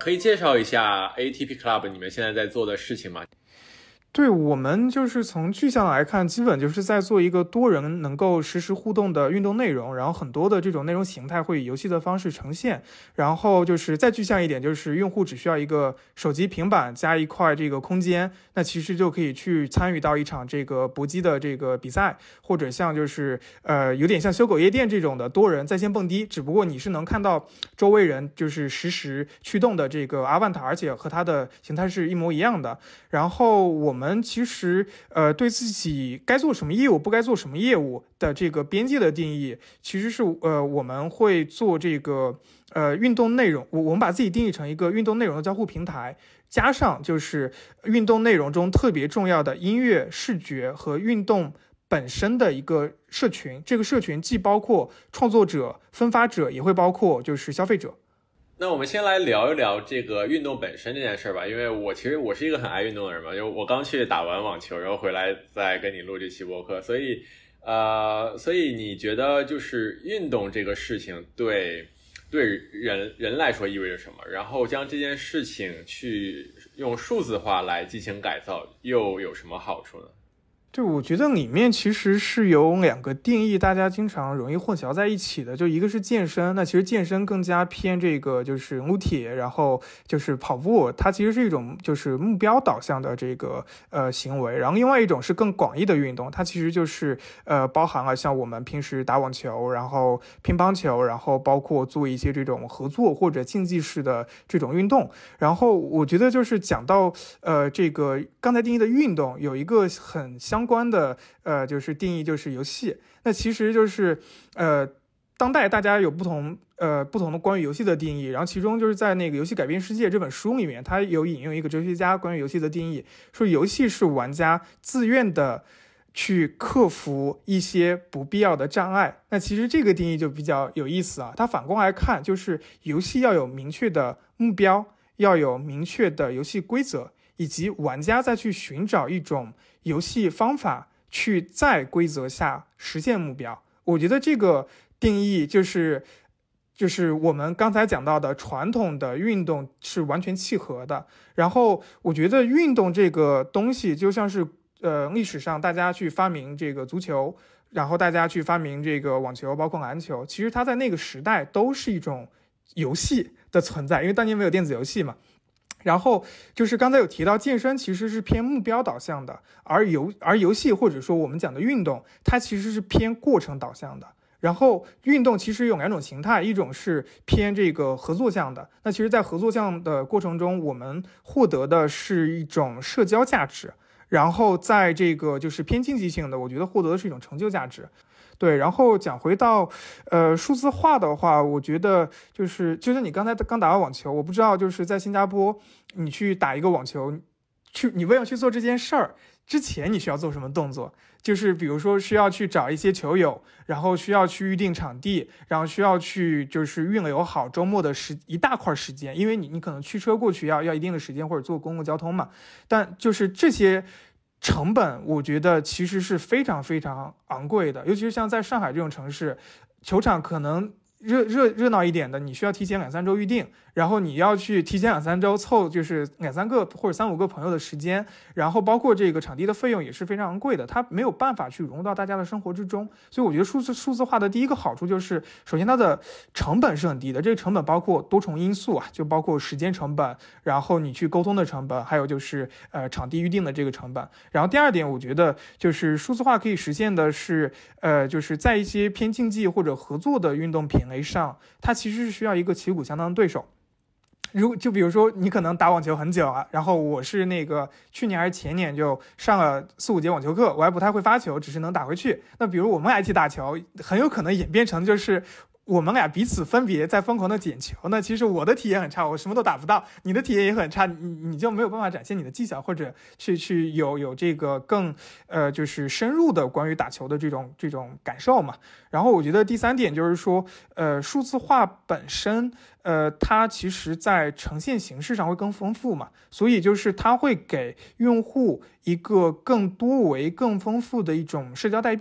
可以介绍一下 ATP Club 你们现在在做的事情吗？ 对，我们就是从具象来看，基本就是在做一个多人能够实时互动的运动内容，然后很多的这种内容形态会以游戏的方式呈现。然后就是再具象一点，就是用户只需要一个手机、平板加一块这个空间，那其实就可以去参与到一场这个搏击的这个比赛，或者像就是有点像修狗夜店这种的多人在线蹦迪，只不过你是能看到周围人就是实时驱动的这个阿万塔，而且和它的形态是一模一样的。然后我们其实对自己该做什么业务，不该做什么业务的这个边界的定义，其实是我们会做这个运动内容，我们把自己定义成一个运动内容的交互平台，加上就是运动内容中特别重要的音乐、视觉和运动本身的一个社群。这个社群既包括创作者、分发者，也会包括就是消费者。 那我们先来聊一聊这个运动本身这件事吧，因为其实我是一个很爱运动的人嘛，因为我刚去打完网球，然后回来再跟你录这期播客，所以你觉得就是运动这个事情对人来说意味着什么？然后将这件事情去用数字化来进行改造，又有什么好处呢？ 对，我觉得里面其实是有两个定义，大家经常容易混淆在一起的。就一个是健身，那其实健身更加偏这个就是撸铁，然后就是跑步，它其实是一种就是目标导向的这个行为。然后另外一种是更广义的运动，它其实就是包含了像我们平时打网球，然后乒乓球，然后包括做一些这种合作或者竞技式的这种运动。然后我觉得就是讲到这个刚才定义的运动，有一个很相关的就是定义就是游戏。那其实就是当代大家有不同的关于游戏的定义，然后其中就是在那个《游戏改变世界》这本书里面，它有引用一个哲学家关于游戏的定义，说游戏是玩家自愿的去克服一些不必要的障碍。那其实这个定义就比较有意思啊，它反过来看，就是游戏要有明确的目标，要有明确的游戏规则，以及玩家再去寻找一种游戏方法去在规则下实现目标。我觉得这个定义就是我们刚才讲到的传统的运动是完全契合的。然后我觉得运动这个东西就像是历史上大家去发明这个足球，然后大家去发明这个网球，包括篮球，其实它在那个时代都是一种游戏的存在，因为当年没有电子游戏嘛。然后就是刚才有提到健身其实是偏目标导向的，而游戏或者说我们讲的运动，它其实是偏过程导向的。然后运动其实有两种形态，一种是偏这个合作项的，那其实在合作项的过程中，我们获得的是一种社交价值，然后在这个就是偏竞技性的，我觉得获得的是一种成就价值。对，然后讲回到数字化的话，我觉得就是你刚才刚打完网球，我不知道就是在新加坡你去打一个网球，你为了去做这件事儿之前你需要做什么动作？就是比如说需要去找一些球友，然后需要去预定场地，然后需要去就是预留好周末的一大块时间，因为你可能驱车过去要一定的时间，或者坐公共交通嘛。但就是这些成本我觉得其实是非常非常昂贵的，尤其是像在上海这种城市，球场可能热闹一点的，你需要提前2-3周预定，然后你要去提前2-3周凑就是2-3个或者3-5个朋友的时间，然后包括这个场地的费用也是非常昂贵的，它没有办法去融入到大家的生活之中。所以我觉得数字化的第一个好处就是，首先它的成本是很低的，这个成本包括多重因素啊，就包括时间成本，然后你去沟通的成本，还有就是场地预定的这个成本。然后第二点，我觉得就是数字化可以实现的是就是在一些偏竞技或者合作的运动品类上，它其实是需要一个旗鼓相当的对手。就比如说你可能打网球很久啊，然后我是那个去年还是前年就上了4-5节网球课，我还不太会发球，只是能打回去。那比如我们俩一起打球，很有可能演变成就是我们俩彼此分别在疯狂的捡球，那其实我的体验很差，我什么都打不到，你的体验也很差，你就没有办法展现你的技巧，或者去有这个更就是深入的关于打球的这种感受嘛。然后我觉得第三点就是说数字化本身它其实在呈现形式上会更丰富嘛，所以就是它会给用户一个更多维更丰富的一种社交代币。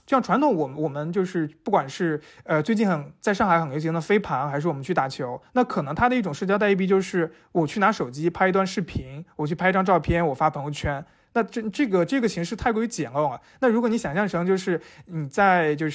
就像传统我们就是不管是最近在上海很流行的飞盘，还是我们去打球，那可能它的一种社交代币就是我去拿手机拍一段视频，我去拍一张照片，我发朋友圈。那这个形式太过于简陋了。那如果你想象成就是你在就是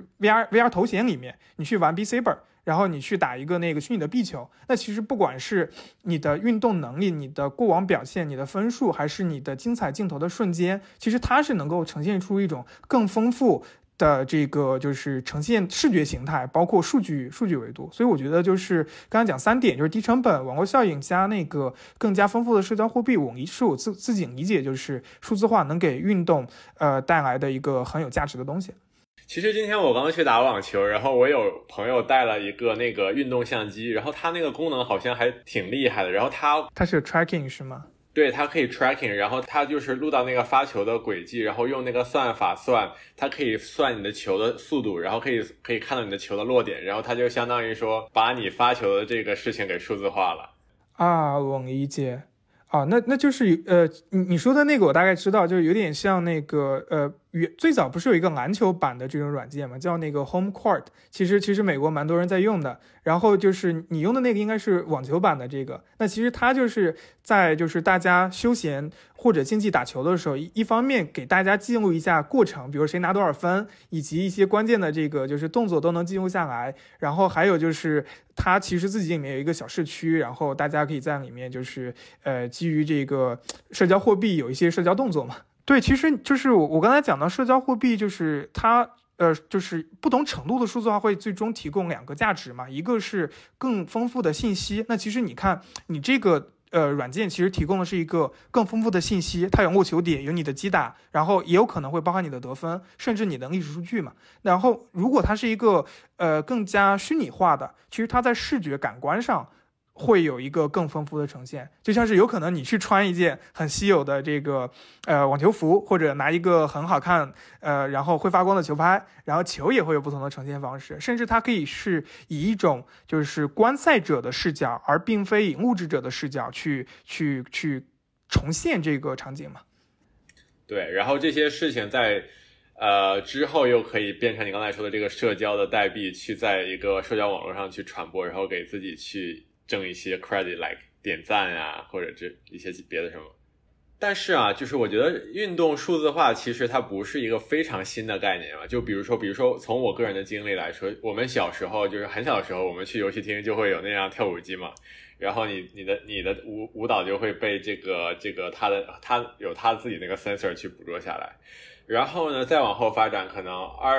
VR 头显里面，你去玩 Beat Saber，然后你去打一个那个虚拟的壁球，那其实不管是你的运动能力、你的过往表现、你的分数，还是你的精彩镜头的瞬间，其实它是能够呈现出一种更丰富的这个就是呈现视觉形态，包括数据维度。所以我觉得就是刚才讲3点，就是低成本、网络效应加那个更加丰富的社交货币，我自己理解就是数字化能给运动带来的一个很有价值的东西。 其实今天我刚去打网球，然后我有朋友带了一个那个运动相机，然后它那个功能好像还挺厉害的，然后它是 tracking 是吗？ 对，它可以 tracking， 然后它就是录到那个发球的轨迹，然后用那个算法算，它可以算你的球的速度，然后可以看到你的球的落点，然后它就相当于说把你发球的这个事情给数字化了。 啊，我理解。啊，那就是你说的那个我大概知道，就是有点像那个最早不是有一个篮球版的这种软件嘛，叫那个 Home Court， 其实美国蛮多人在用的。然后就是你用的那个应该是网球版的这个，那其实它就是在就是大家休闲或者竞技打球的时候，一方面给大家记录一下过程，比如谁拿多少分，以及一些关键的这个就是动作都能记录下来。然后还有就是它其实自己里面有一个小社区，然后大家可以在里面就是基于这个社交货币有一些社交动作嘛。对，其实就是我刚才讲到社交货币，就是它就是不同程度的数字化会最终提供2个价值嘛，一个是更丰富的信息。那其实你看你这个软件其实提供的是一个更丰富的信息，它有落球点，有你的击打，然后也有可能会包含你的得分，甚至你的历史数据嘛。然后如果它是一个更加虚拟化的，其实它在视觉感官上会有一个更丰富的呈现，就像是有可能你去穿一件很稀有的这个网球服，或者拿一个很好看然后会发光的球拍，然后球也会有不同的呈现方式，甚至它可以是以一种就是观赛者的视角，而并非以录制者的视角去重现这个场景嘛。 对，然后这些事情在之后又可以变成你刚才说的这个社交的代币，去在一个社交网络上去传播，然后给自己去挣一些 credit，like 点赞啊，或者这一些别的什么。但是啊，就是我觉得运动数字化其实它不是一个非常新的概念嘛。就比如说从我个人的经历来说，我们小时候就是很小的时候，我们去游戏厅就会有那样跳舞机嘛，然后你的舞蹈就会被这个它有它自己那个 sensor 去捕捉下来。然后呢，再往后发展，可能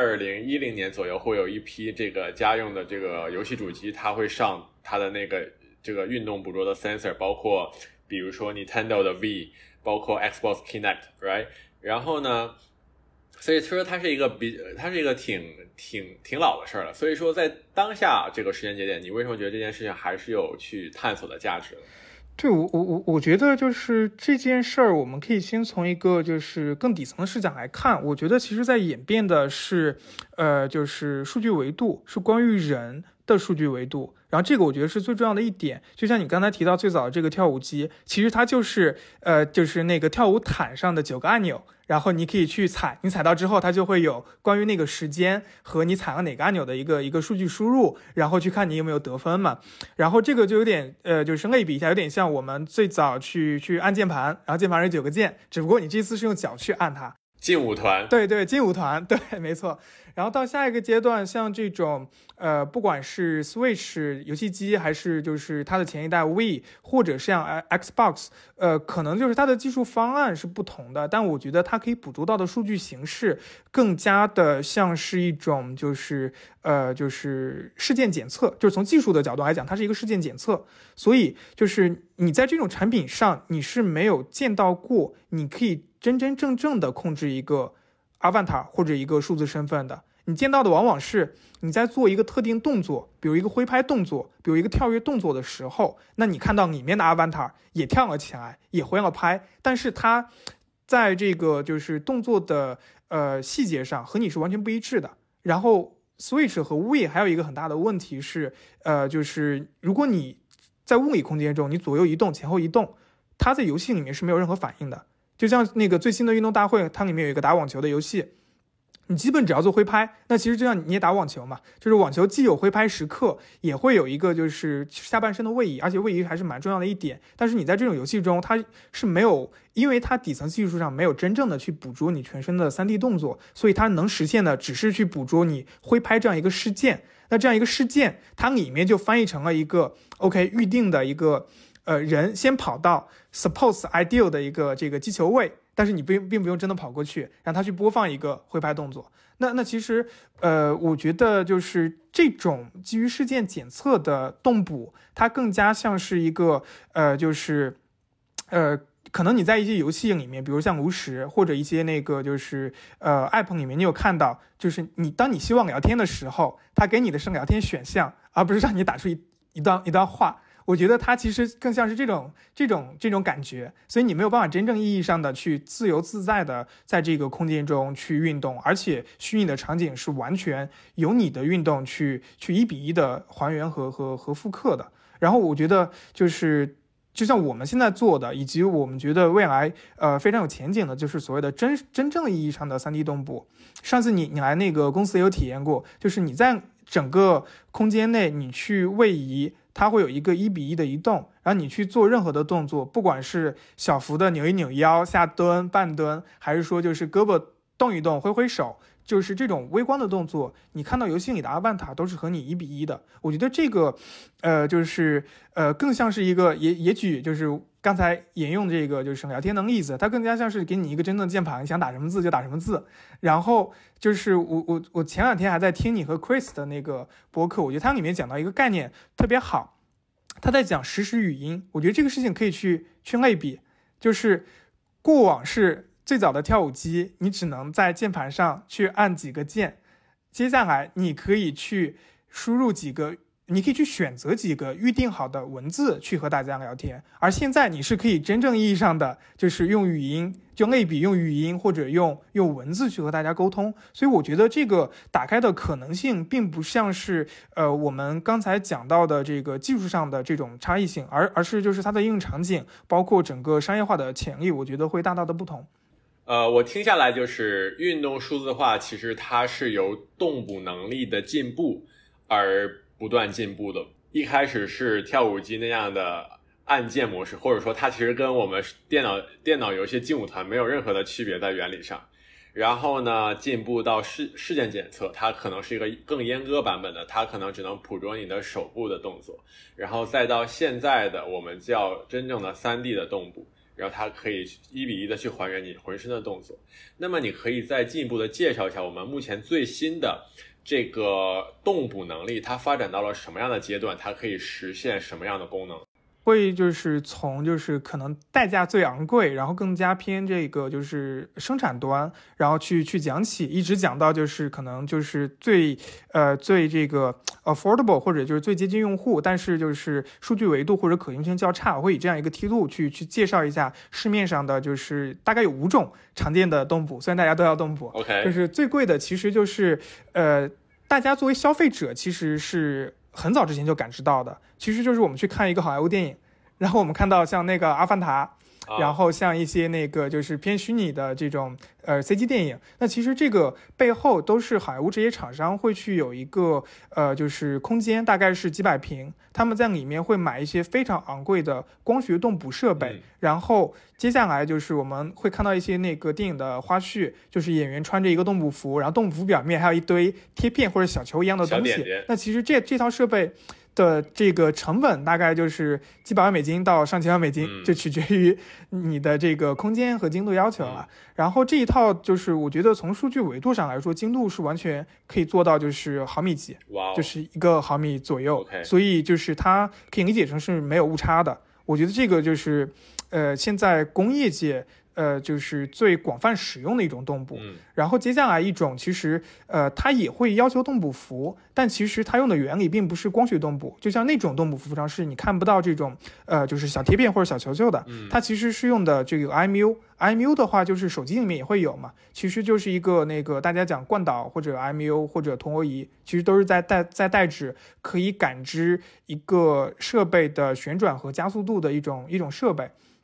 2010年左右会有一批这个家用的这个游戏主机，它会上它的那个这个运动捕捉的 sensor， 包括比如说 Nintendo 的 V， 包括 Xbox Kinect，right？ 然后呢，所以说它是一个挺老的事儿了。所以说在当下这个时间节点，你为什么觉得这件事情还是有去探索的价值的？ 对，我觉得就是这件事儿，我们可以先从一个就是更底层的视角来看。我觉得其实在演变的是，就是数据维度，是关于人的数据维度。然后这个我觉得是最重要的一点。就像你刚才提到最早的这个跳舞机，其实它就是就是那个跳舞毯上的9个按钮。然后你可以去踩，你踩到之后，它就会有关于那个时间和你踩了哪个按钮的一个数据输入，然后去看你有没有得分嘛。然后这个就有点就是类比一下，有点像我们最早去按键盘，然后键盘上有9个键，只不过你这次是用脚去按它。 劲舞团， 对，劲舞团，对，没错。然后到下一个阶段，像这种不管是 Switch 游戏机，还是就是它的前一代 Wii， 或者像 Xbox， 可能就是它的技术方案是不同的，但我觉得它可以捕捉到的数据形式更加的像是一种就是事件检测，就是从技术的角度来讲，它是一个事件检测。所以就是你在这种产品上，你是没有见到过，你可以真真正正的控制一个 avatar 或者一个数字身份的。你见到的往往是你在做一个特定动作，比如一个挥拍动作，比如一个跳跃动作的时候，那你看到里面的 avatar 也跳了起来，也挥了拍，但是它在这个就是动作的细节上和你是完全不一致的。然后 Switch 和 Wii 还有一个很大的问题是就是如果你在物理空间中你左右移动前后移动，它在游戏里面是没有任何反应的。就像那个最新的运动大会，它里面有一个打网球的游戏， 你基本只要做挥拍，那其实就像你也打网球嘛，就是网球既有挥拍时刻，也会有一个就是下半身的位移，而且位移还是蛮重要的一点。但是你在这种游戏中，它是没有，因为它底层技术上没有真正的去捕捉你全身的3D 动作，所以它能实现的只是去捕捉你挥拍这样一个事件。那这样一个事件，它里面就翻译成了一个 OK 预定的一个人先跑到 suppose ideal 的一个这个击球位，但是你并不用真的跑过去，让他去播放一个挥拍动作。那其实我觉得就是这种基于事件检测的动捕，它更加像是一个就是可能你在一些游戏里面，比如像炉石或者一些那个就是app 里面，你有看到，就是当你希望聊天的时候，它给你的是聊天选项，而不是让你打出一段话。我觉得它其实更像是这种感觉，所以你没有办法真正意义上的去自由自在的在这个空间中去运动，而且虚拟的场景是完全由你的运动去1:1的还原和复刻的。然后我觉得就像我们现在做的，以及我们觉得未来非常有前景的，就是所谓的真正意义上的3D 动捕。上次你来那个公司也有体验过，就是你在整个空间内你去位移，它会有一个1:1的移动，然后你去做任何的动作，不管是小幅的扭一扭腰、下蹲、半蹲，还是说就是胳膊动一动、挥手，就是这种微观的动作，你看到游戏里的阿凡达都是和你1:1的。我觉得这个就是更像是一个也许就是刚才沿用这个就是聊天的例子，它更加像是给你一个真正的键盘，你想打什么字就打什么字。然后就是我前2天还在听你和 Chris 的那个播客，我觉得它里面讲到一个概念特别好，他在讲实时语音。我觉得这个事情可以去类比，就是过往是最早的跳舞机，你只能在键盘上去按几个键，接下来你可以去输入你可以去选择几个预定好的文字去和大家聊天，而现在你是可以真正意义上的就是用语音，就类比用语音或者用文字去和大家沟通。所以我觉得这个打开的可能性并不像是我们刚才讲到的这个技术上的这种差异性，而是就是它的应用场景包括整个商业化的潜力，我觉得会大大的不同。 我听下来就是运动数字化其实它是由动捕能力的进步而不断进步的。一开始是跳舞机那样的按键模式，或者说它其实跟我们电脑游戏劲舞团没有任何的区别在原理上。然后呢，进步到事件检测，它可能是一个更阉割版本的，它可能只能捕捉你的手部的动作。然后再到现在的我们叫真正的3D 的动捕，然后它可以1:1的去还原你浑身的动作。那么你可以再进一步的介绍一下我们目前最新的这个动捕能力，它发展到了什么样的阶段，它可以实现什么样的功能？ 会就是从就是可能代价最昂贵，然后更加偏这个就是生产端，然后去讲起，一直讲到就是可能就是最这个 affordable 或者就是最接近用户，但是就是数据维度或者可用性较差。我会以这样一个梯度去介绍一下市面上的就是大概有5种常见的动捕，虽然大家都要动捕 ，OK， 就是最贵的其实就是大家作为消费者其实是很早之前就感知到的，其实就是我们去看一个好莱坞电影，然后我们看到像那个阿凡达，然后像一些那个就是偏虚拟的这种CG 电影，那其实这个背后都是好莱坞这些厂商会去有一个就是空间，大概是几百平，他们在里面会买一些非常昂贵的光学动捕设备，然后接下来就是我们会看到一些那个电影的花絮，就是演员穿着一个动捕服，然后动捕服表面还有一堆贴片或者小球一样的东西，那其实这套设备的这个成本大概就是几百万美金到上千万美金，就取决于你的这个空间和精度要求了。然后这一套就是我觉得从数据维度上来说，精度是完全可以做到就是毫米级，就是1个毫米左右，所以就是它可以理解成是没有误差的。我觉得这个就是现在工业界就是最广泛使用的一种动捕。然后接下来一种其实它也会要求动捕服，但其实它用的原理并不是光学动捕，就像那种动捕服上是你看不到这种就是小贴片或者小球球的，它其实是用的这个 IMU 的话就是手机里面也会有嘛，其实就是一个那个大家讲惯导或者 IMU 或者铜锣仪，其实都是在代指可以感知一个设备的旋转和加速度的一种设备。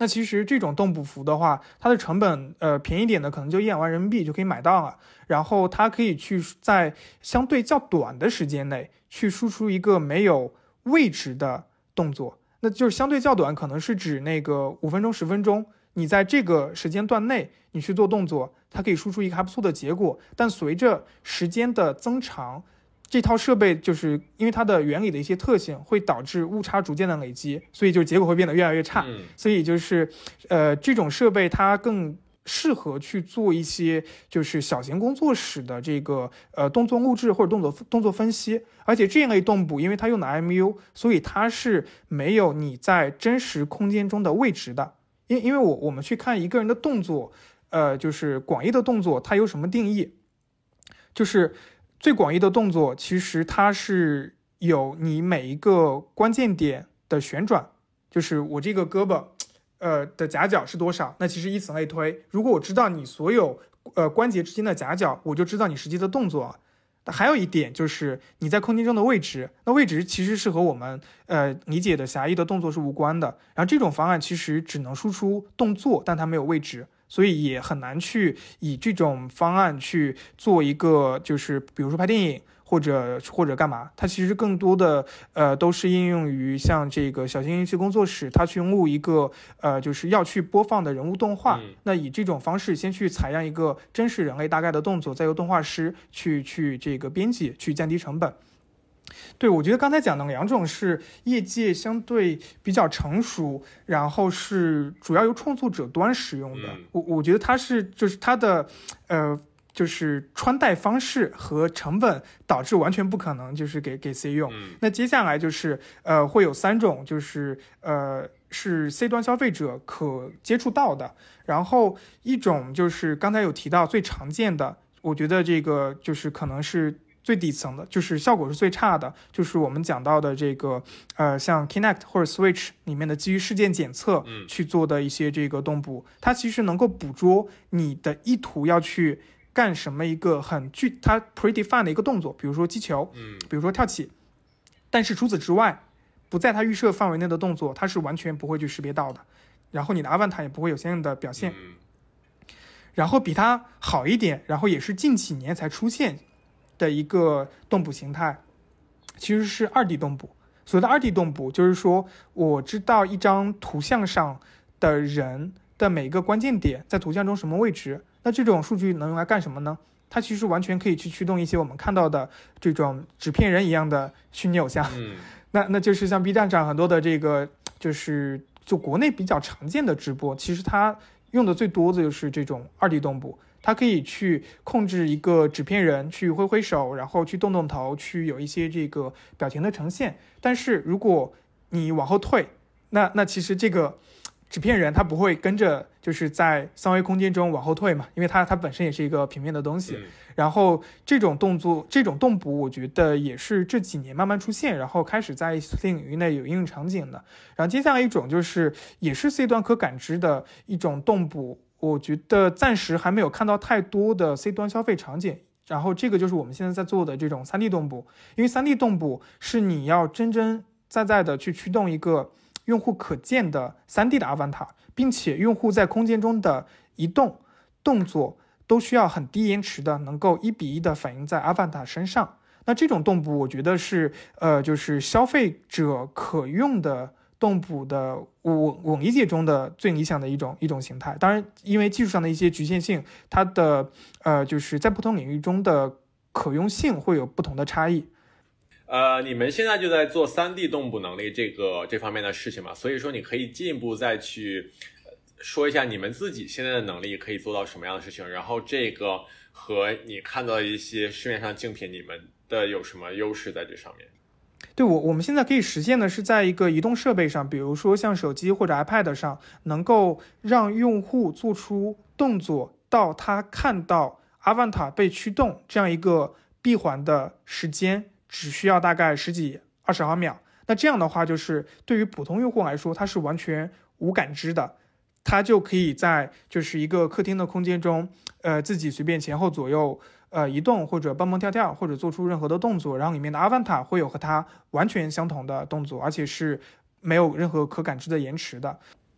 那其实这种动捕服的话，它的成本便宜点的可能就1-2万人民币就可以买到了，然后它可以去在相对较短的时间内去输出一个没有位置的动作，那就是相对较短，可能是指那个5分钟、10分钟，你在这个时间段内你去做动作，它可以输出一个还不错的结果。但随着时间的增长，这套设备就是因为它的原理的一些特性，会导致误差逐渐的累积，所以就结果会变得越来越差。所以就是这种设备它更适合去做一些就是小型工作室的这个动作录制或者动作分析，而且这样类动捕因为它用的 IMU， 所以它是没有你在真实空间中的位置的。因为我们去看一个人的动作，就是广义的动作它有什么定义，就是最广义的动作其实它是有你每一个关键点的旋转，就是我这个胳膊的夹角是多少，那其实以此类推，如果我知道你所有关节之间的夹角，我就知道你实际的动作了。还有一点就是你在空间中的位置，那位置其实是和我们理解的狭义的动作是无关的。然后这种方案其实只能输出动作，但它没有位置，所以也很难去以这种方案去做一个就是比如说拍电影或者干嘛，它其实更多的都是应用于像这个小型游戏工作室，它去录一个就是要去播放的人物动画，那以这种方式先去采样一个真实人类大概的动作，再由动画师去这个编辑，去降低成本。对，我觉得刚才讲的两种是业界相对比较成熟，然后是主要由创作者端使用的。我觉得它是就是它的就是穿戴方式和成本导致完全不可能就是给 C 用。那接下来就是会有3种，就是是 C 端消费者可接触到的。然后一种就是刚才有提到最常见的，我觉得这个就是可能是最底层的，就是效果是最差的，就是我们讲到的这个像 Kinect 或者 Switch 里面的基于事件检测去做的一些这个动捕，它其实能够捕捉你的意图要去干什么一个它 predefine 的一个动作，比如说击球，比如说跳起，但是除此之外不在它预设范围内的动作它是完全不会去识别到的，然后你的 Avatar 也不会有相应的表现。然后比它好一点，然后也是近几年才出现的一个动捕形态，其实是2D 动捕。所谓的2D 动捕就是说我知道一张图像上的人的每一个关键点在图像中什么位置，那这种数据能用来干什么呢？它其实完全可以去驱动一些我们看到的这种纸片人一样的虚拟偶像。那就是像 B 站上很多的这个就国内比较常见的直播，其实它用的最多的就是这种2D 动捕，它可以去控制一个纸片人去挥挥手，然后去动动头，去有一些这个表情的呈现。但是如果你往后退，那其实这个纸片人它不会跟着就是在3维空间中往后退嘛，因为它本身也是一个平面的东西。然后这种动捕我觉得也是这几年慢慢出现，然后开始在领域内有应用场景的。然后接下来一种就是也是 C 端可感知的一种动捕，我觉得暂时还没有看到太多的 C 端消费场景。然后这个就是我们现在在做的这种 3D 动捕，因为 3D 动捕是你要真真在的去驱动一个用户可见的 3D 的 Avatar， 并且用户在空间中的移动动作都需要很低延迟的能够1比1的反映在 Avatar 身上。那这种动捕我觉得是就是消费者可用的动捕的我理解中的最理想的一种形态。当然因为技术上的一些局限性，它的就是在不同领域中的可用性会有不同的差异。 你们现在就在做 3D 动捕能力这方面的事情嘛，所以说你可以进一步再去说一下你们自己现在的能力可以做到什么样的事情，然后这个和你看到的一些市面上竞品你们的有什么优势在这上面。 对，我们现在可以实现的是在一个移动设备上，比如说像手机或者 iPad 上，能够让用户做出动作到他看到 Avatar 被驱动这样一个闭环的时间只需要大概10几20毫秒。那这样的话就是对于普通用户来说它是完全无感知的，他就可以在就是一个客厅的空间中自己随便前后左右移动或者蹦蹦跳跳或者做出任何的动作，然后里面的 Avatar 会有和它完全相同的动作，而且是没有任何可感知的延迟的。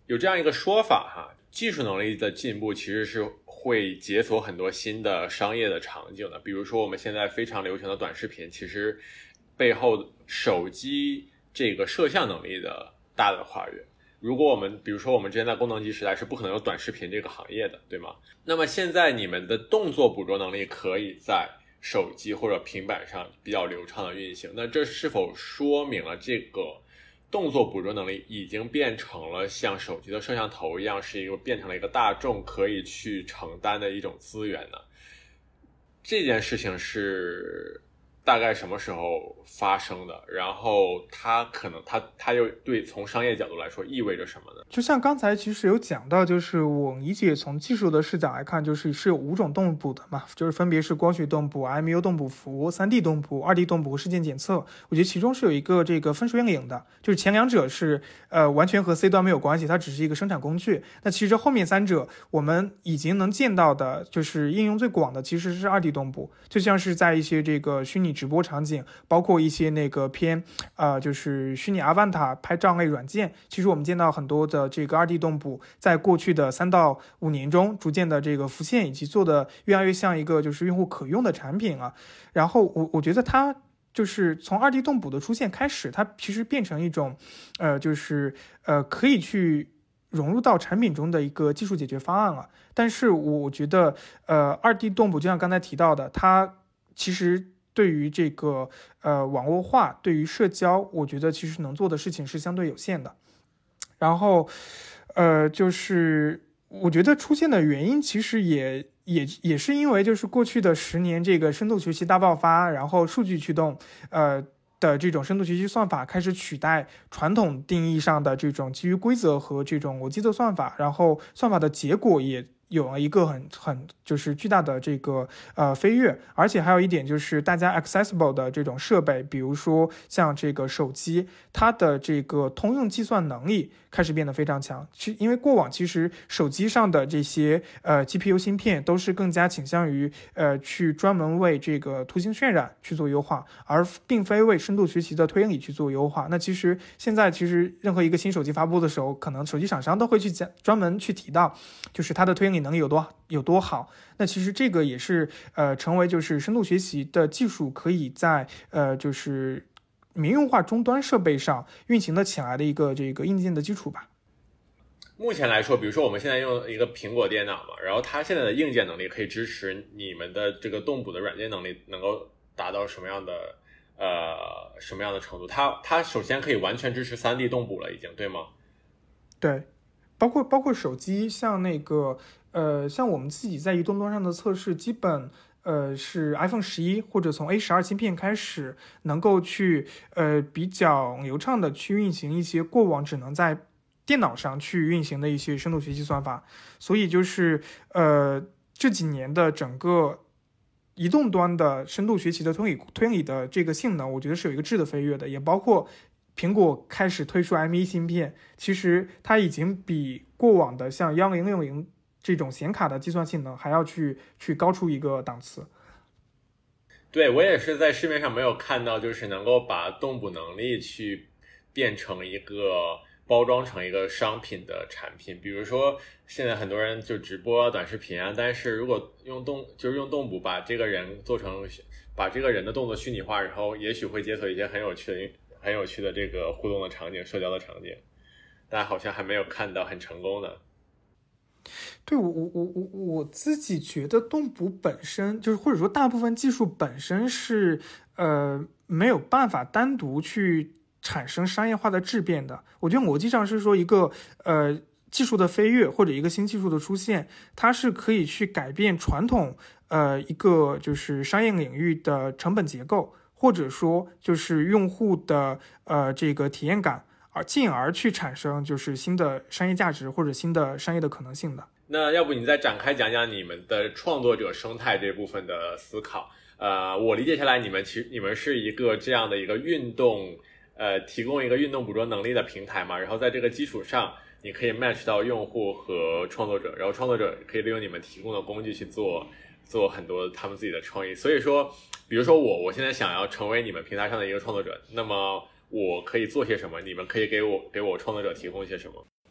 有这样一个说法哈，技术能力的进步其实是会解锁很多新的商业的场景的。比如说我们现在非常流行的短视频，其实背后手机这个摄像能力的大的跨越。如果我们比如说我们之前在功能机时代是不可能有短视频这个行业的，对吗？那么现在你们的动作捕捉能力可以在手机或者平板上比较流畅的运行，那这是否说明了这个动作捕捉能力已经变成了像手机的摄像头一样，变成了一个大众可以去承担的一种资源呢？这件事情是大概什么时候发生的？然后它又对从商业角度来说意味着什么呢？ 就像刚才其实有讲到，就是我理解从技术的视角来看，是有5种动捕的嘛，就是分别是光学动捕、IMU 动捕服、3D 动捕、2D 动捕和事件检测。我觉得其中是有一个这个分水岭的，就是前两者是完全和 C 端没有关系，它只是一个生产工具。那其实后面3者我们已经能见到的，就是应用最广的其实是2D 动捕，就像是在一些这个虚拟直播场景，包括一些那个偏就是虚拟 Avatar 拍照类软件，其实我们见到很多的这个2D 动捕在过去的3到5年中逐渐的这个浮现，以及做的越来越像一个就是用户可用的产品啊。然后我觉得它就是从2D 动捕的出现开始，它其实变成一种可以去融入到产品中的一个技术解决方案了。但是我觉得2D 动捕就像刚才提到的，它其实对于这个网络化，对于社交，我觉得其实能做的事情是相对有限的。然后就是我觉得出现的原因其实也是因为就是过去的10年这个深度学习大爆发，然后数据驱动的这种深度学习算法开始取代传统定义上的这种基于规则和这种逻辑的算法，然后算法的结果也有了一个很就是巨大的这个飞跃。而且还有一点就是大家 accessible 的这种设备，比如说像这个手机，它的这个通用计算能力开始变得非常强。因为过往其实手机上的这些GPU 芯片都是更加倾向于去专门为这个图形渲染去做优化，而并非为深度学习的推理去做优化。那其实现在任何一个新手机发布的时候，可能手机厂商都会去专门去提到，就是它的推理能力有多好。那其实这个也是成为就是深度学习的技术可以在就是民用化终端设备上运行的起来的一个这个硬件的基础吧。 目前来说，比如说我们现在用一个苹果电脑嘛，然后它现在的硬件能力可以支持你们的这个动捕的软件能力能够达到什么样的程度？它首先可以完全支持 3D 动捕了，已经，对吗？ 对，包括手机，像那个像我们自己在移动端上的测试，基本是 iPhone 11或者从 A12芯片开始，能够去比较流畅的去运行一些过往只能在电脑上去运行的一些深度学习算法。所以就是这几年的整个移动端的深度学习的推理的这个性能，我觉得是有一个质的飞跃的。也包括苹果开始推出 M1 芯片，其实它已经比过往的像1060这种显卡的计算性能还要去高出一个档次。 对，我也是在市面上没有看到就是能够把动捕能力去变成一个包装成一个商品的产品。比如说现在很多人就直播短视频啊，但是如果用动捕把这个人把这个人的动作虚拟化，然后也许会解锁一些很有趣的这个互动的场景、社交的场景，但好像还没有看到很成功的。 对，我自己觉得动捕本身就是，或者说大部分技术本身是没有办法单独去产生商业化的质变的。我觉得逻辑上是说一个技术的飞跃或者一个新技术的出现，它是可以去改变传统一个就是商业领域的成本结构，或者说就是用户的这个体验感，进而去产生就是新的商业价值或者新的商业的可能性的。 那要不你再展开讲讲你们的创作者生态这部分的思考？我理解下来，你们是一个这样的一个运动，提供一个运动捕捉能力的平台嘛，然后在这个基础上，你可以 match 到用户和创作者，然后创作者可以利用你们提供的工具去做很多他们自己的创意。所以说，比如说我现在想要成为你们平台上的一个创作者，那么我可以做些什么？你们可以给我创作者提供一些什么？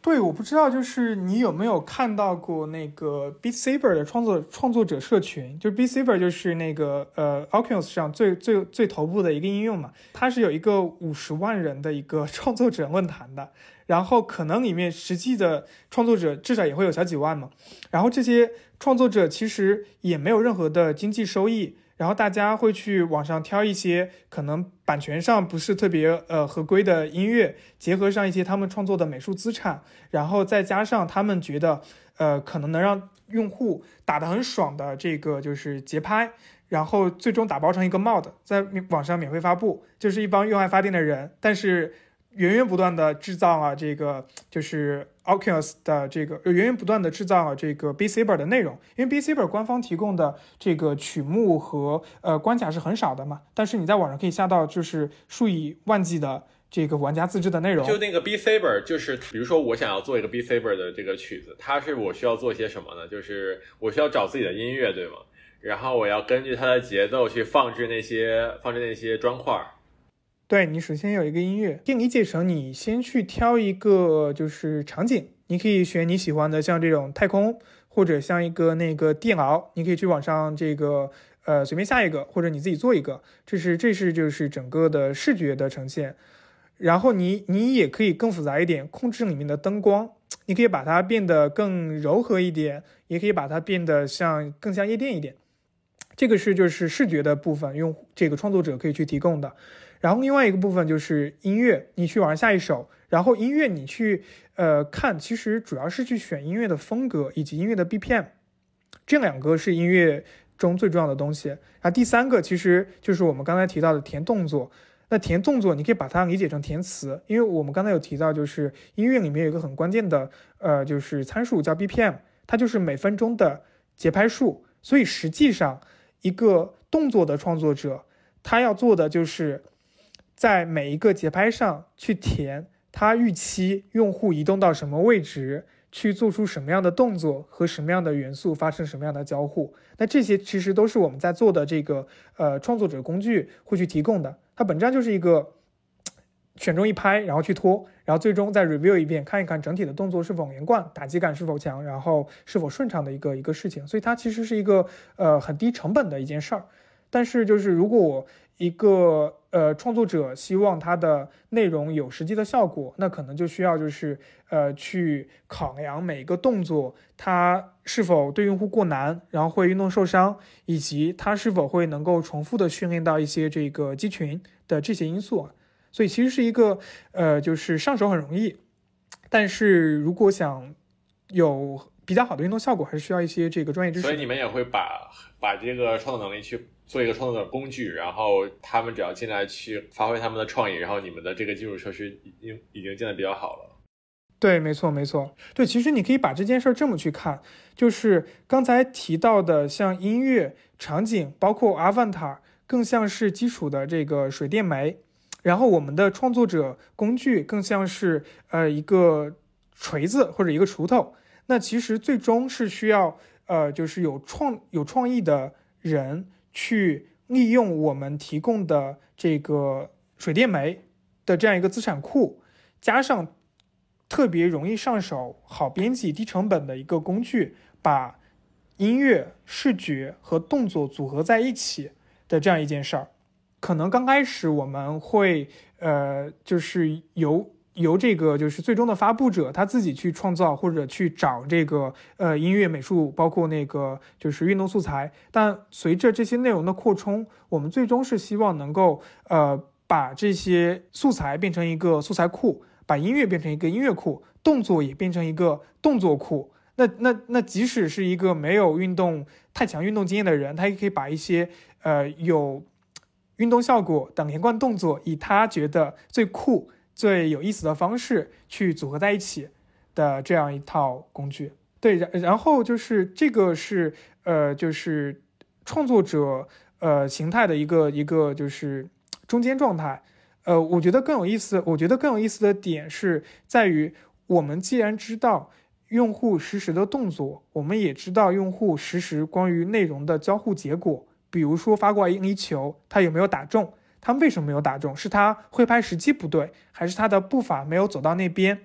对，我不知道，就是你有没有看到过那个 Beat Saber 的创作者社群？就是 Beat Saber 就是那个Oculus 上最头部的一个应用嘛，它是有一个50万人的一个创作者论坛的，然后可能里面实际的创作者至少也会有小几万嘛，然后这些创作者其实也没有任何的经济收益。然后大家会去网上挑一些可能版权上不是特别合规的音乐，结合上一些他们创作的美术资产，然后再加上他们觉得可能能让用户打得很爽的这个就是节拍，然后最终打包成一个 mod 在网上免费发布，就是一帮用爱发电的人，但是源源不断的制造了这个就是 Oculus 的这个源源不断的制造了这个 Beat Saber 的内容，因为 Beat Saber 官方提供的这个曲目和关卡是很少的嘛，但是你在网上可以下到就是数以万计的这个玩家自制的内容。 就那个 Beat Saber， 就是比如说我想要做一个 Beat Saber 的这个曲子，我需要做些什么呢？就是我需要找自己的音乐，对吗？然后我要根据它的节奏去放置那些砖块。 对，你首先有一个音乐，可以理解成你先去挑一个就是场景，你可以选你喜欢的，像这种太空，或者像一个那个电脑，你可以去网上这个随便下一个，或者你自己做一个，这是就是整个的视觉的呈现。然后你也可以更复杂一点，控制里面的灯光，你可以把它变得更柔和一点，也可以把它变得更像夜店一点。这个是就是视觉的部分，用这个创作者可以去提供的。然后另外一个部分就是音乐，你去网上下一首，然后音乐你去看，其实主要是去选音乐的风格以及音乐的 BPM， 这两个是音乐中最重要的东西。然后第三个其实就是我们刚才提到的填动作。那填动作你可以把它理解成填词，因为我们刚才有提到，就是音乐里面有一个很关键的就是参数叫 BPM， 它就是每分钟的节拍数。所以实际上一个动作的创作者，他要做的就是在每一个节拍上去填他预期用户移动到什么位置，去做出什么样的动作和什么样的元素发生什么样的交互。那这些其实都是我们在做的这个创作者工具会去提供的，它本质上就是一个选中一拍，然后去拖，然后最终再 review 一遍，看一看整体的动作是否连贯，打击感是否强，然后是否顺畅的一个事情。所以它其实是一个很低成本的一件事儿。但是就是如果一个创作者希望他的内容有实际的效果，那可能就需要就是去考量每一个动作它是否对用户过难，然后会运动受伤，以及它是否会能够重复的训练到一些这个肌群的这些因素。所以其实是一个就是上手很容易，但是如果想有比较好的运动效果，还是需要一些这个专业知识。 所以你们也会把这个创作能力去做一个创作的工具，然后他们只要进来去发挥他们的创意，然后你们的这个基础设施已经建得比较好了。 对，没错。对，其实你可以把这件事这么去看，就是刚才提到的像音乐、场景，包括 Avatar， 更像是基础的这个水电煤，然后我们的创作者工具更像是一个锤子或者一个锄头。那其实最终是需要就是有创意的人去利用我们提供的这个水电煤的这样一个资产库，加上特别容易上手、好编辑、低成本的一个工具，把音乐、视觉和动作组合在一起的这样一件事儿。可能刚开始我们会就是由这个就是最终的发布者他自己去创造或者去找这个音乐美术，包括那个就是运动素材。但随着这些内容的扩充，我们最终是希望能够把这些素材变成一个素材库，把音乐变成一个音乐库，动作也变成一个动作库。那即使是一个没有太强运动经验的人，他也可以把一些有运动效果的连贯动作，以他觉得最酷最有意思的方式去组合在一起的这样一套工具。对，然后就是这个是就是创作者形态的一个就是中间状态。我觉得更有意思的点是在于，我们既然知道用户实时的动作，我们也知道用户实时关于内容的交互结果，比如说发过来一粒球，他有没有打中，他为什么没有打中，是他挥拍时机不对，还是他的步伐没有走到那边。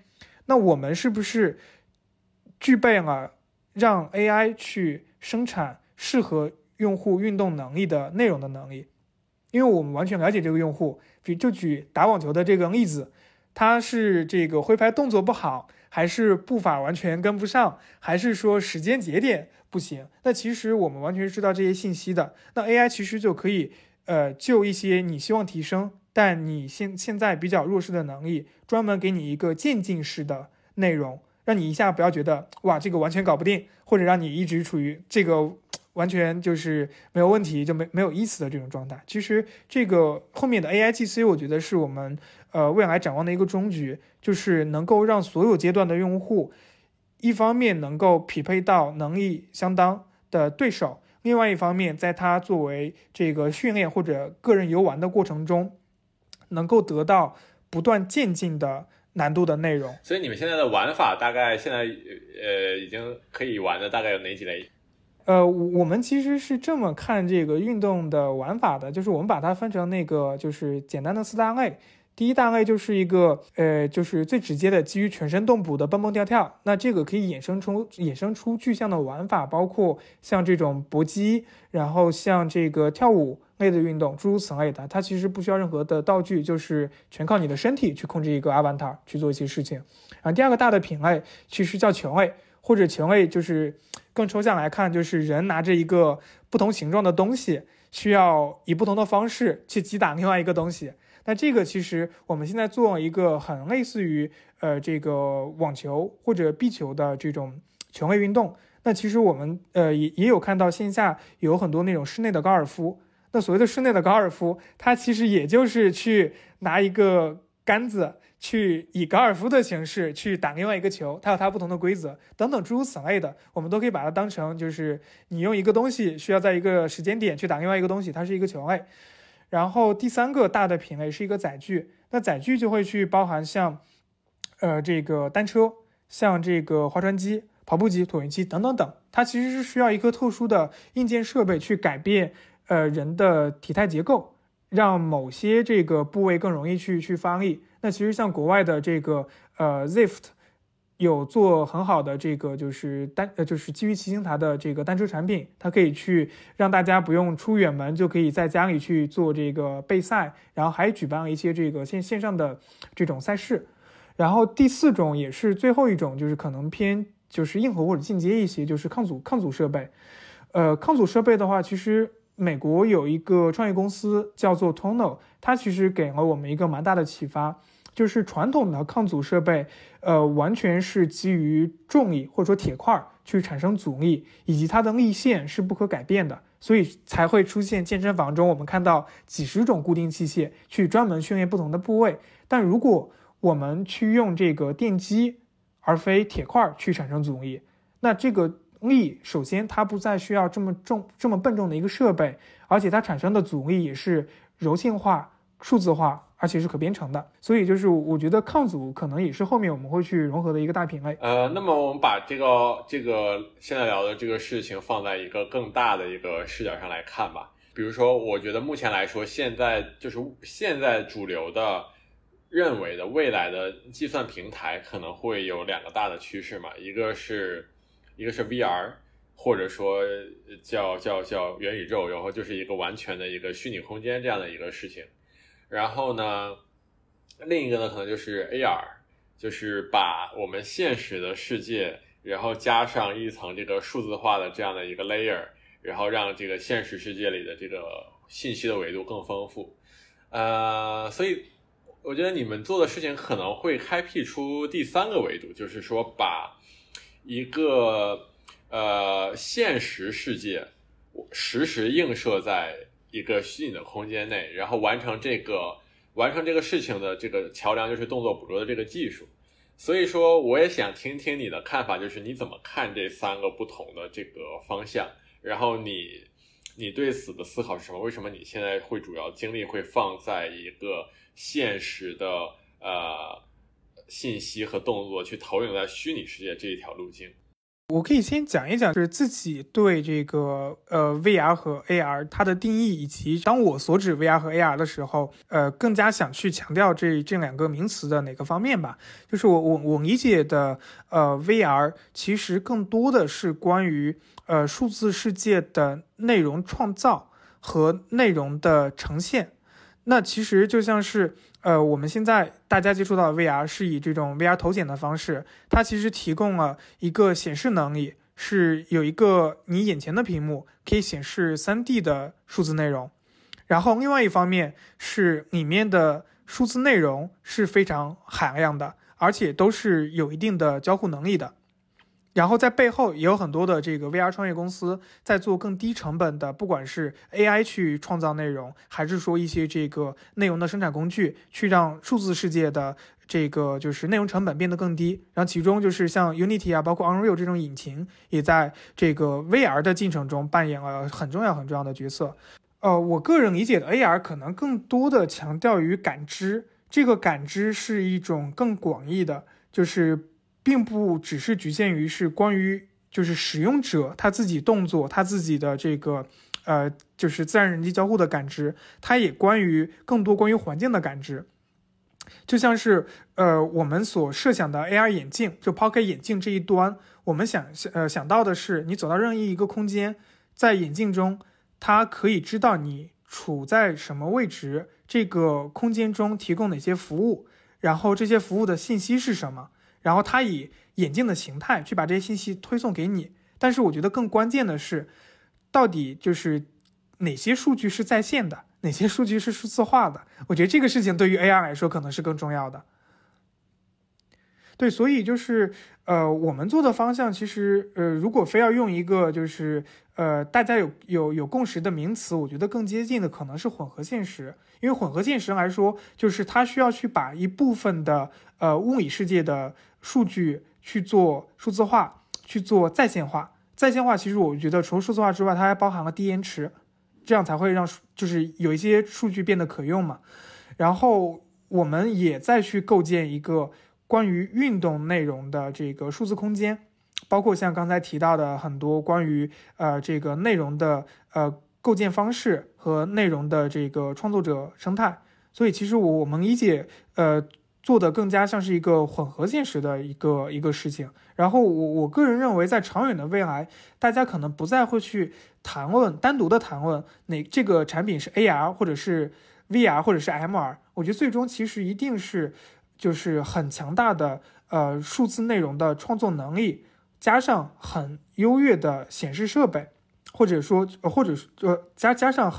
那我们是不是具备了让 AI 去生产适合用户运动能力的内容的能力？因为我们完全了解这个用户，就举打网球的这个例子，他是这个挥拍动作不好，还是步伐完全跟不上，还是说时间节点不行？那其实我们完全知道这些信息的，那 AI 其实就可以就一些你希望提升但你现在比较弱势的能力，专门给你一个渐进式的内容，让你一下不要觉得哇这个完全搞不定，或者让你一直处于这个完全就是没有问题就没有意思的这种状态。其实这个后面的 AIGC 我觉得是我们未来展望的一个终局，就是能够让所有阶段的用户一方面能够匹配到能力相当的对手，另外一方面在他作为这个训练或者个人游玩的过程中能够得到不断渐进的难度的内容。 所以你们现在的玩法大概现在已经可以玩的大概有哪几类？ 我们其实是这么看这个运动的玩法的，就是我们把它分成那个就是简单的4大类。第一大类就是一个就是最直接的基于全身动捕的蹦蹦跳跳，那这个可以衍生出具象的玩法，包括像这种搏击，然后像这个跳舞类的运动，诸如此类的，它其实不需要任何的道具，就是全靠你的身体去控制一个 avatar 去做一些事情。然后第二个大的品类其实叫球类，或者球类就是更抽象来看，就是人拿着一个不同形状的东西，需要以不同的方式去击打另外一个东西。那这个其实我们现在做了一个很类似于这个网球或者壁球的这种球类运动。那其实我们也有看到线下有很多那种室内的高尔夫。那所谓的室内的高尔夫，它其实也就是去拿一个杆子去以高尔夫的形式去打另外一个球，它有它不同的规则等等诸如此类的，我们都可以把它当成就是你用一个东西需要在一个时间点去打另外一个东西，它是一个球类。然后第三个大的品类是一个载具，那载具就会去包含像这个单车，像这个划船机、跑步机、椭圆机等等等，它其实是需要一个特殊的硬件设备去改变人的体态结构，让某些这个部位更容易去发力。那其实像国外的这个Zwift 有做很好的这个就是基于骑行台的这个单车产品，它可以去让大家不用出远门就可以在家里去做这个备赛，然后还举办了一些这个线上的这种赛事。然后第四种也是最后一种，就是可能偏就是硬核或者进阶一些，就是抗阻设备。抗阻设备的话，其实美国有一个创业公司叫做 Tonal， 它其实给了我们一个蛮大的启发。就是传统的抗阻设备，完全是基于重力或者说铁块去产生阻力，以及它的力线是不可改变的，所以才会出现健身房中我们看到几十种固定器械去专门训练不同的部位。但如果我们去用这个电机而非铁块去产生阻力，那这个力首先它不再需要这么笨重的一个设备，而且它产生的阻力也是柔性化、数字化，而且是可编程的。所以就是我觉得抗阻可能也是后面我们会去融合的一个大品类。 那么我们把这个现在聊的这个事情放在一个更大的一个视角上来看吧。比如说我觉得目前来说，现在主流的认为的未来的计算平台可能会有2个大的趋势嘛，一个是 VR， 或者说叫元宇宙，然后就是一个完全的一个虚拟空间这样的一个事情。然后呢，另一个呢可能就是 AR， 就是把我们现实的世界，然后加上一层这个数字化的这样的一个 layer， 然后让这个现实世界里的这个信息的维度更丰富。所以我觉得你们做的事情可能会开辟出第3个维度，就是说把一个现实世界实时映射在一个虚拟的空间内，然后完成这个事情的这个桥梁就是动作捕捉的这个技术。所以说我也想听听你的看法，就是你怎么看这3个不同的这个方向，然后你对此的思考是什么？为什么你现在会主要精力会放在一个现实的信息和动作去投影在虚拟世界这一条路径？ 我可以先讲一讲，就是自己对这个VR 和 AR 它的定义，以及当我所指 VR 和 AR 的时候，更加想去强调这两个名词的哪个方面吧。就是我理解的VR 其实更多的是关于数字世界的内容创造和内容的呈现。那其实就像是我们现在大家接触到的 VR 是以这种 VR 头显的方式，它其实提供了一个显示能力，是有一个你眼前的屏幕可以显示 3D 的数字内容，然后另外一方面是里面的数字内容是非常海量的，而且都是有一定的交互能力的。然后在背后也有很多的这个 VR 创业公司在做更低成本的，不管是 AI 去创造内容，还是说一些这个内容的生产工具，去让数字世界的这个就是内容成本变得更低。然后其中就是像 Unity 啊，包括 Unreal 这种引擎，也在这个 VR 的进程中扮演了很重要的角色。我个人理解的 AR 可能更多的强调于感知，这个感知是一种更广义的，就是并不只是局限于是关于就是使用者他自己动作他自己的这个就是自然人机交互的感知，它也更多关于环境的感知。就像是我们所设想的 AR 眼镜，就抛开眼镜这一端，我们想到的是你走到任意一个空间，在眼镜中它可以知道你处在什么位置，这个空间中提供哪些服务，然后这些服务的信息是什么，然后它以眼镜的形态去把这些信息推送给你。但是我觉得更关键的是，到底就是哪些数据是在线的，哪些数据是数字化的。我觉得这个事情对于 AR 来说可能是更重要的。对，所以就是我们做的方向其实如果非要用一个就是大家有共识的名词，我觉得更接近的可能是混合现实。因为混合现实来说，就是它需要去把一部分的物理世界的数据去做数字化，去做在线化。在线化其实我觉得除了数字化之外，它还包含了低延迟，这样才会让就是有一些数据变得可用嘛。然后我们也再去构建一个关于运动内容的这个数字空间，包括像刚才提到的很多关于这个内容的构建方式和内容的这个创作者生态。所以其实我们理解做的更加像是一个混合现实的一个事情。然后我个人认为，在长远的未来，大家可能不再会去单独的谈论这个产品是 AR 或者是 VR 或者是 MR。我觉得最终其实一定是就是很强大的数字内容的创作能力，加上很优越的显示设备，或者加上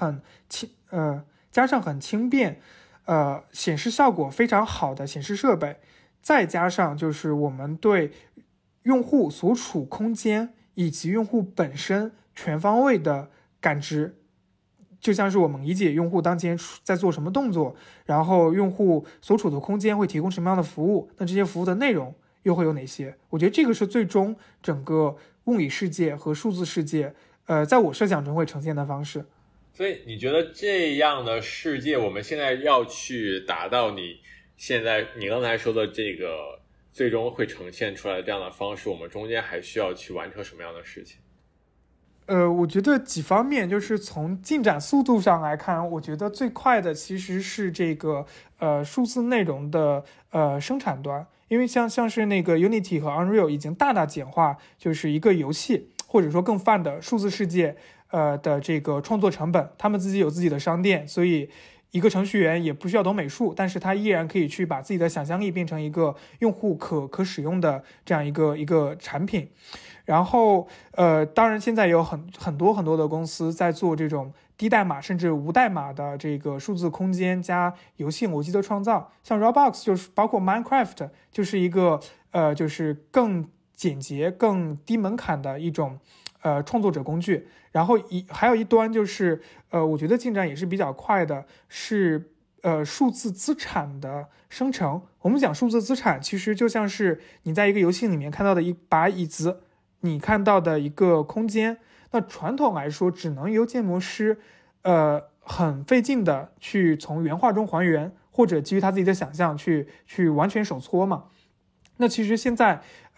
很轻便显示效果非常好的显示设备，再加上就是我们对用户所处空间以及用户本身全方位的感知。就像是我们理解用户当前在做什么动作，然后用户所处的空间会提供什么样的服务，那这些服务的内容又会有哪些。我觉得这个是最终整个物理世界和数字世界在我设想中会呈现的方式。 所以你觉得这样的世界，我们现在要去达到你刚才说的这个最终会呈现出来的这样的方式，我们中间还需要去完成什么样的事情？ 我觉得几方面，就是从进展速度上来看，我觉得最快的其实是这个数字内容的生产端。因为像是那个 Unity 和 Unreal 已经大大简化，就是一个游戏或者说更泛的数字世界的这个创作成本。他们自己有自己的商店，所以一个程序员也不需要懂美术，但是他依然可以去把自己的想象力变成一个用户可使用的这样一个产品。然后当然现在有很多的公司在做这种低代码甚至无代码的这个数字空间加游戏逻辑的创造，像 Roblox 就是包括 Minecraft 就是一个就是更简洁更低门槛的一种创作者工具。然后还有一端就是我觉得进展也是比较快的，是数字资产的生成。我们讲数字资产其实就像是你在一个游戏里面看到的一把椅子，你看到的一个空间。那传统来说只能由建模师很费劲的去从原画中还原，或者基于他自己的想象去完全手搓嘛。那其实现在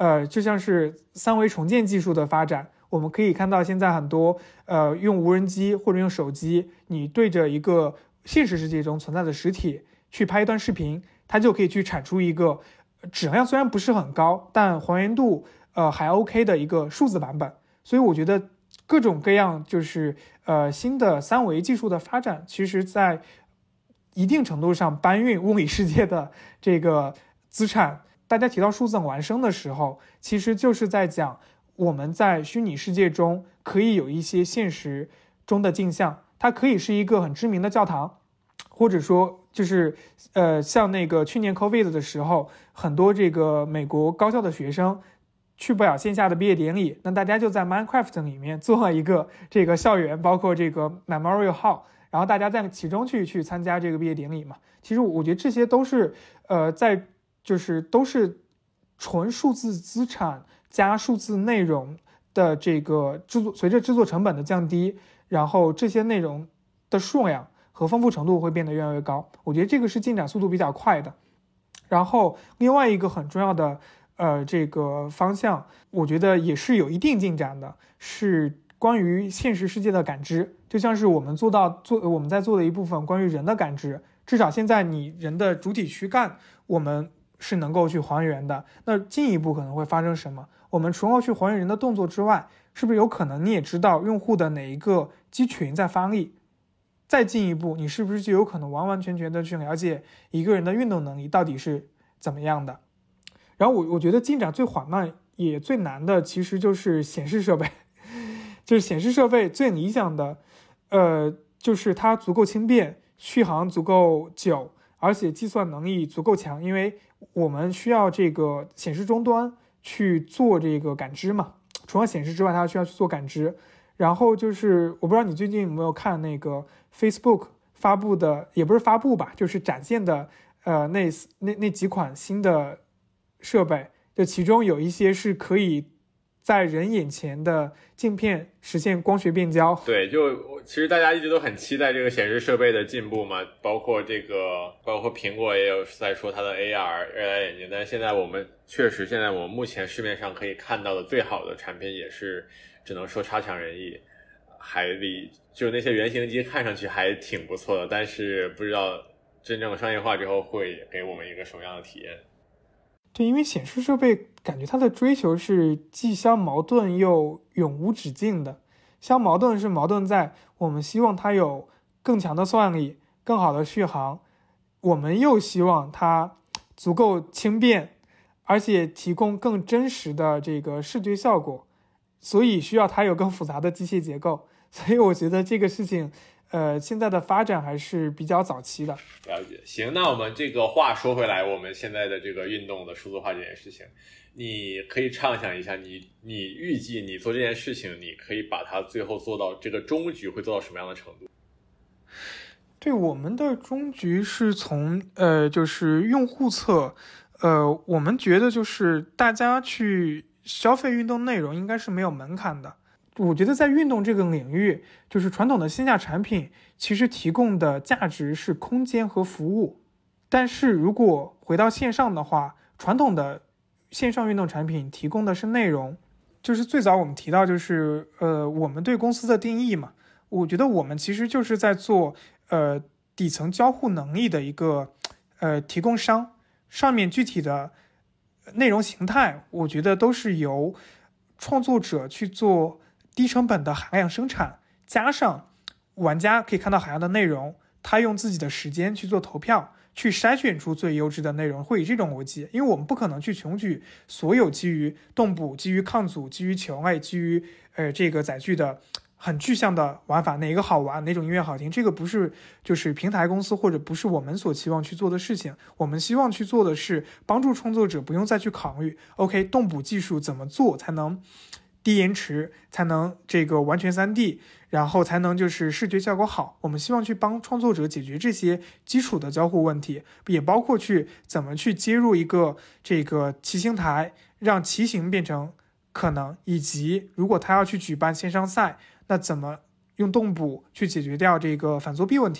就像是三维重建技术的发展，我们可以看到现在很多用无人机或者用手机，你对着一个现实世界中存在的实体去拍一段视频，它就可以去产出一个质量虽然不是很高，但还原度还 OK 的一个数字版本。所以我觉得各种各样就是新的三维技术的发展，其实在一定程度上搬运物理世界的这个资产。大家提到数字孪生的时候，其实就是在讲我们在虚拟世界中可以有一些现实中的镜像，它可以是一个很知名的教堂，或者说就是像那个去年 COVID 的时候，很多这个美国高校的学生去不了线下的毕业典礼，那大家就在 Minecraft 里面做了一个这个校园，包括这个 Memorial Hall， 然后大家在其中去参加这个毕业典礼嘛。其实我觉得这些都是都是纯数字资产加数字内容的这个制作，随着制作成本的降低，然后这些内容的数量和丰富程度会变得越来越高。我觉得这个是进展速度比较快的。然后另外一个很重要的这个方向，我觉得也是有一定进展的，是关于现实世界的感知。就像是我们在做的一部分关于人的感知，至少现在你人的主体躯干我们是能够去还原的。那进一步可能会发生什么？我们除了去还原人的动作之外，是不是有可能你也知道用户的哪一个肌群在发力？再进一步，你是不是就有可能完完全全的去了解一个人的运动能力到底是怎么样的？然后我觉得进展最缓慢也最难的其实就是显示设备。就是显示设备最理想的就是它足够轻便，续航足够久，而且计算能力足够强，因为我们需要这个显示终端去做这个感知嘛，除了显示之外它需要去做感知。然后就是我不知道你最近有没有看那个 Facebook 发布的，也不是发布吧，就是展现的那几款新的设备，就其中有一些是可以在人眼前的镜片实现光学变焦。 对，就其实大家一直都很期待这个显示设备的进步嘛，包括苹果也有在说它的 AR 眼镜，但是现在我们目前市面上可以看到的最好的产品也是只能说差强人意，就是那些原型机看上去还挺不错的，但是不知道真正商业化之后会给我们一个什么样的体验。 对，因为显示设备感觉它的追求是既相矛盾又永无止境的。相矛盾是矛盾在我们希望它有更强的算力，更好的续航，我们又希望它足够轻便，而且提供更真实的这个视觉效果，所以需要它有更复杂的机械结构。所以我觉得这个事情现在的发展还是比较早期的。 了解。行，那我们这个话说回来，我们现在的这个运动的数字化这件事情，你可以畅想一下，你预计你做这件事情，你可以把它最后做到这个终局会做到什么样的程度？ 对，我们的终局是从就是用户侧，我们觉得就是大家去消费运动内容应该是没有门槛的。我觉得在运动这个领域，就是传统的线下产品其实提供的价值是空间和服务，但是如果回到线上的话，传统的线上运动产品提供的是内容。就是最早我们提到就是我们对公司的定义嘛，我觉得我们其实就是在做底层交互能力的一个提供商，上面具体的内容形态我觉得都是由创作者去做低成本的海量生产，加上玩家可以看到海量的内容，他用自己的时间去做投票，去筛选出最优质的内容，会以这种逻辑。因为我们不可能去穷举所有基于动捕、基于抗阻、基于球类、基于这个载具的很具象的玩法，哪个好玩，哪种音乐好听，这个不是就是平台公司或者不是我们所期望去做的事情。我们希望去做的是帮助创作者不用再去考虑 OK 动捕技术怎么做才能低延迟，才能这个完全 3D， 然后才能就是视觉效果好。我们希望去帮创作者解决这些基础的交互问题，也包括去怎么去接入一个这个骑行台，让骑行变成可能，以及如果他要去举办线上赛，那怎么用动捕去解决掉这个反作弊问题。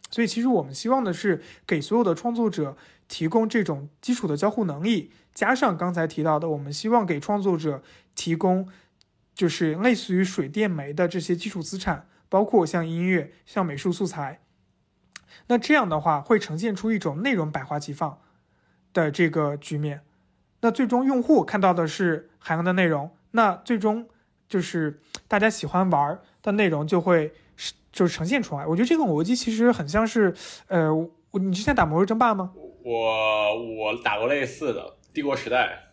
所以其实我们希望的是给所有的创作者提供这种基础的交互能力，加上刚才提到的，我们希望给创作者提供就是类似于水电煤的这些基础资产，包括像音乐、像美术素材。那这样的话会呈现出一种内容百花齐放的这个局面。那最终用户看到的是海量的内容，那最终就是大家喜欢玩的内容就是呈现出来。我觉得这个逻辑其实很像是，你之前打魔兽争霸吗？ 我打过类似的帝国时代。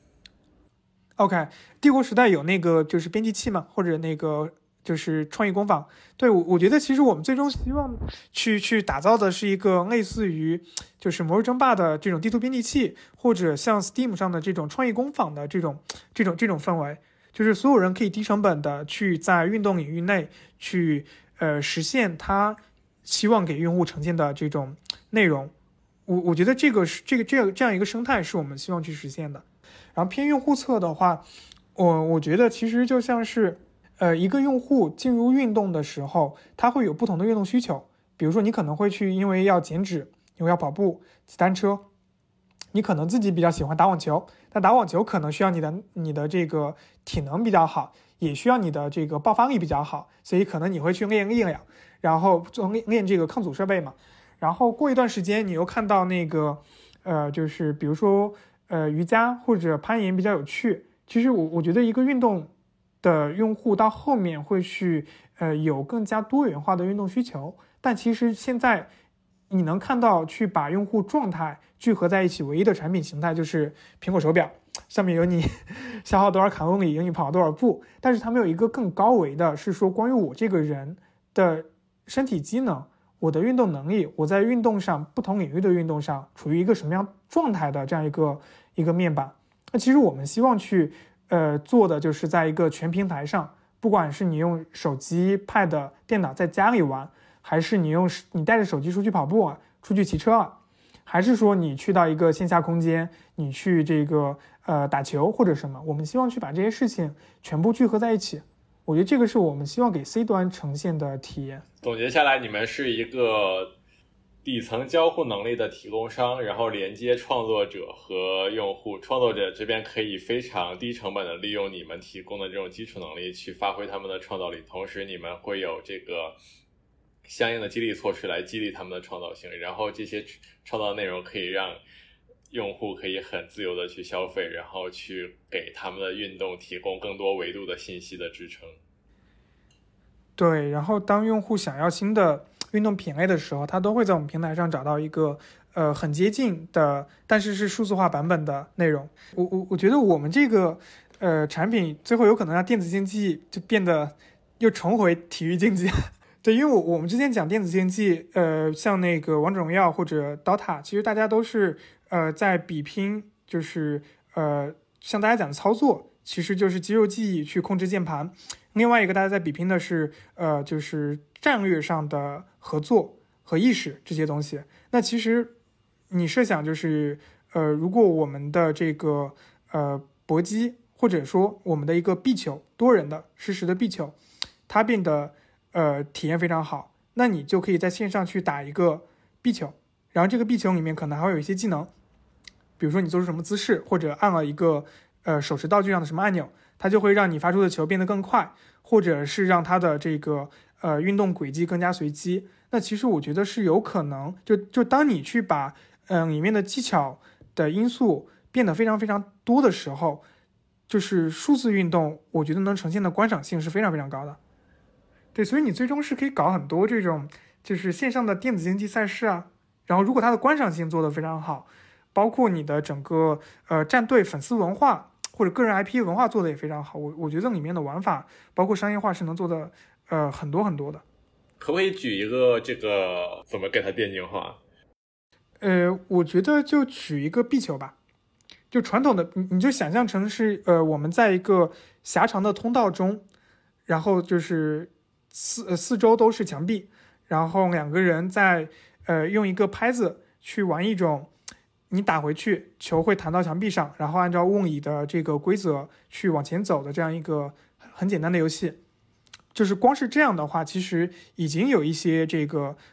OK， 帝国时代有那个就是编辑器嘛，或者那个就是创意工坊。对，我觉得其实我们最终希望去打造的是一个类似于就是魔兽争霸的这种地图编辑器，或者像 Steam 上的这种创意工坊的这种氛围，就是所有人可以低成本的去在运动领域内去实现他希望给用户呈现的这种内容。我觉得这样一个生态是我们希望去实现的。然后偏用户侧的话，我觉得其实就像是一个用户进入运动的时候，他会有不同的运动需求。比如说你可能会去因为要减脂，因为要跑步、骑单车，你可能自己比较喜欢打网球，但打网球可能需要你的这个体能比较好，也需要你的这个爆发力比较好，所以可能你会去练力量，然后练这个抗阻设备嘛。然后过一段时间，你又看到那个就是比如说瑜伽或者攀岩比较有趣。其实我觉得一个运动的用户到后面会去有更加多元化的运动需求，但其实现在你能看到去把用户状态聚合在一起唯一的产品形态就是苹果手表，上面有你消耗多少卡路里，有你跑多少步，但是它没有一个更高维的是说关于我这个人的身体机能，我的运动能力，我在运动上不同领域的运动上处于一个什么样状态的这样一个面板。那其实我们希望去做的就是在一个全平台上，不管是你用手机、pad、电脑在家里玩，还是你带着手机出去跑步啊，出去骑车啊，还是说你去到一个线下空间，你去这个打球或者什么，我们希望去把这些事情全部聚合在一起。我觉得这个是我们希望给 C 端呈现的体验。 总结下来，你们是一个底层交互能力的提供商，然后连接创作者和用户，创作者这边可以非常低成本的利用你们提供的这种基础能力去发挥他们的创造力，同时你们会有这个相应的激励措施来激励他们的创造性，然后这些创造的内容可以让用户可以很自由的去消费，然后去给他们的运动提供更多维度的信息的支撑。 对，然后当用户想要新的运动品类的时候，他都会在我们平台上找到一个很接近的，但是是数字化版本的内容。我觉得我们这个产品最后有可能让电子竞技就变得又重回体育竞技。对，因为我们之前讲电子竞技，像那个王者荣耀或者 DOTA， 其实大家都是在比拼，就是像大家讲的操作，其实就是肌肉记忆去控制键盘。另外一个大家在比拼的是就是战略上的合作和意识这些东西。那其实你设想就是如果我们的这个搏击，或者说我们的一个壁球，多人的实时的壁球，它变得体验非常好，那你就可以在线上去打一个壁球，然后这个壁球里面可能还会有一些技能，比如说你做出什么姿势，或者按了一个手持道具上的什么按钮，它就会让你发出的球变得更快，或者是让它的这个运动轨迹更加随机。那其实我觉得是有可能，就当你去把里面的技巧的因素变得非常非常多的时候，就是数字运动我觉得能呈现的观赏性是非常非常高的。对，所以你最终是可以搞很多这种就是线上的电子竞技赛事啊，然后如果它的观赏性做得非常好，包括你的整个战队粉丝文化或者个人 IP 文化做的也非常好，我觉得里面的玩法包括商业化是能做的很多很多的。 可不可以举一个这个怎么给它电竞化？ 我觉得就举一个壁球吧，就传统的你就想象成是我们在一个狭长的通道中，然后就是四周都是墙壁，然后两个人在用一个拍子去玩一种你打回去球会弹到墙壁上，然后按照物理的这个规则去往前走的这样一个很简单的游戏。就是光是这样的话，其实已经有一些这个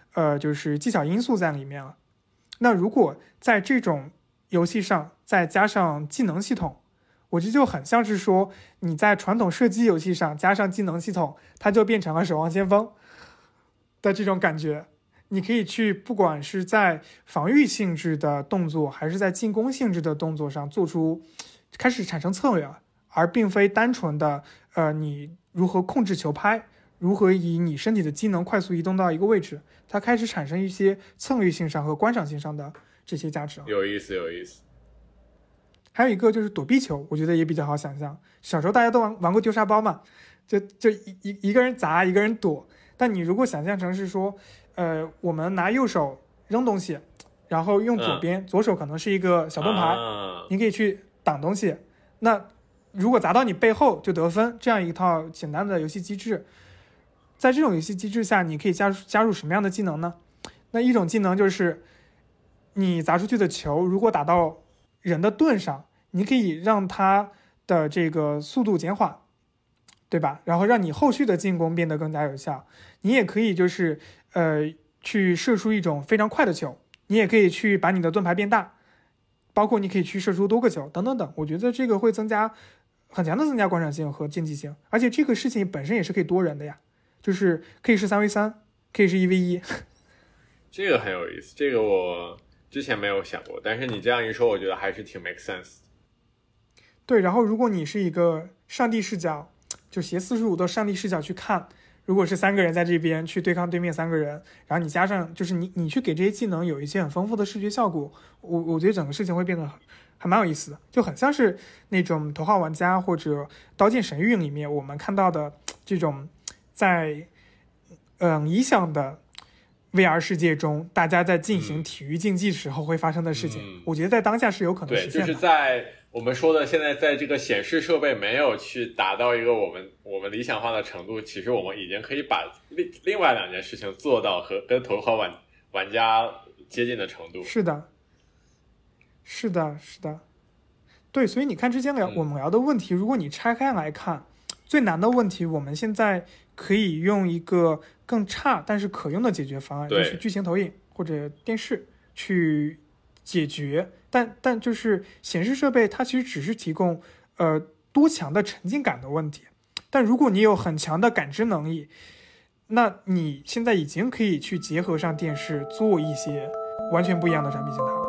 就是技巧因素在里面了。那如果在这种游戏上再加上技能系统，我这就很像是说你在传统射击游戏上加上技能系统，它就变成了守望先锋的这种感觉。你可以去不管是在防御性质的动作还是在进攻性质的动作上做出开始产生策略了，而并非单纯的你如何控制球拍，如何以你身体的机能快速移动到一个位置，它开始产生一些策略性上和观赏性上的这些价值。 有意思有意思。 还有一个就是躲避球，我觉得也比较好想象。小时候大家都玩过丢沙包嘛，就一个人砸一个人躲。但你如果想象成是说，我们拿右手扔东西，然后用左边，左手可能是一个小盾牌，你可以去挡东西。那如果砸到你背后就得分，这样一套简单的游戏机制。在这种游戏机制下，你可以加入什么样的技能呢？那一种技能就是你砸出去的球如果打到人的盾上，你可以让它的这个速度减缓，对吧？然后让你后续的进攻变得更加有效。你也可以就是去射出一种非常快的球，你也可以去把你的盾牌变大，包括你可以去射出多个球等等等。我觉得这个会很强的增加观赏性和竞技性，而且这个事情本身也是可以多人的呀，就是可以是3v3，可以是1v1。 这个很有意思，这个我之前没有想过，但是你这样一说，我觉得还是挺 make sense。 对，然后如果你是一个上帝视角，就斜45度上帝视角去看，如果是3个人在这边去对抗对面3个人，然后你加上就是你去给这些技能有一些很丰富的视觉效果，我觉得整个事情会变得还蛮有意思的，就很像是那种头号玩家或者刀剑神域里面我们看到的这种在理想的VR 世界中大家在进行体育竞技时候会发生的事情。我觉得在当下是有可能实现的。 对，就是在我们说的现在在这个显示设备没有去达到一个我们理想化的程度，其实我们已经可以把另外2件事情做到跟头号玩家接近的程度。 是的对，所以你看之前我们聊的问题，如果你拆开来看，最难的问题我们现在可以用一个更差但是可用的解决方案，就是剧情投影或者电视去解决。但就是显示设备它其实只是提供多强的沉浸感的问题，但如果你有很强的感知能力，那你现在已经可以去结合上电视做一些完全不一样的产品形态。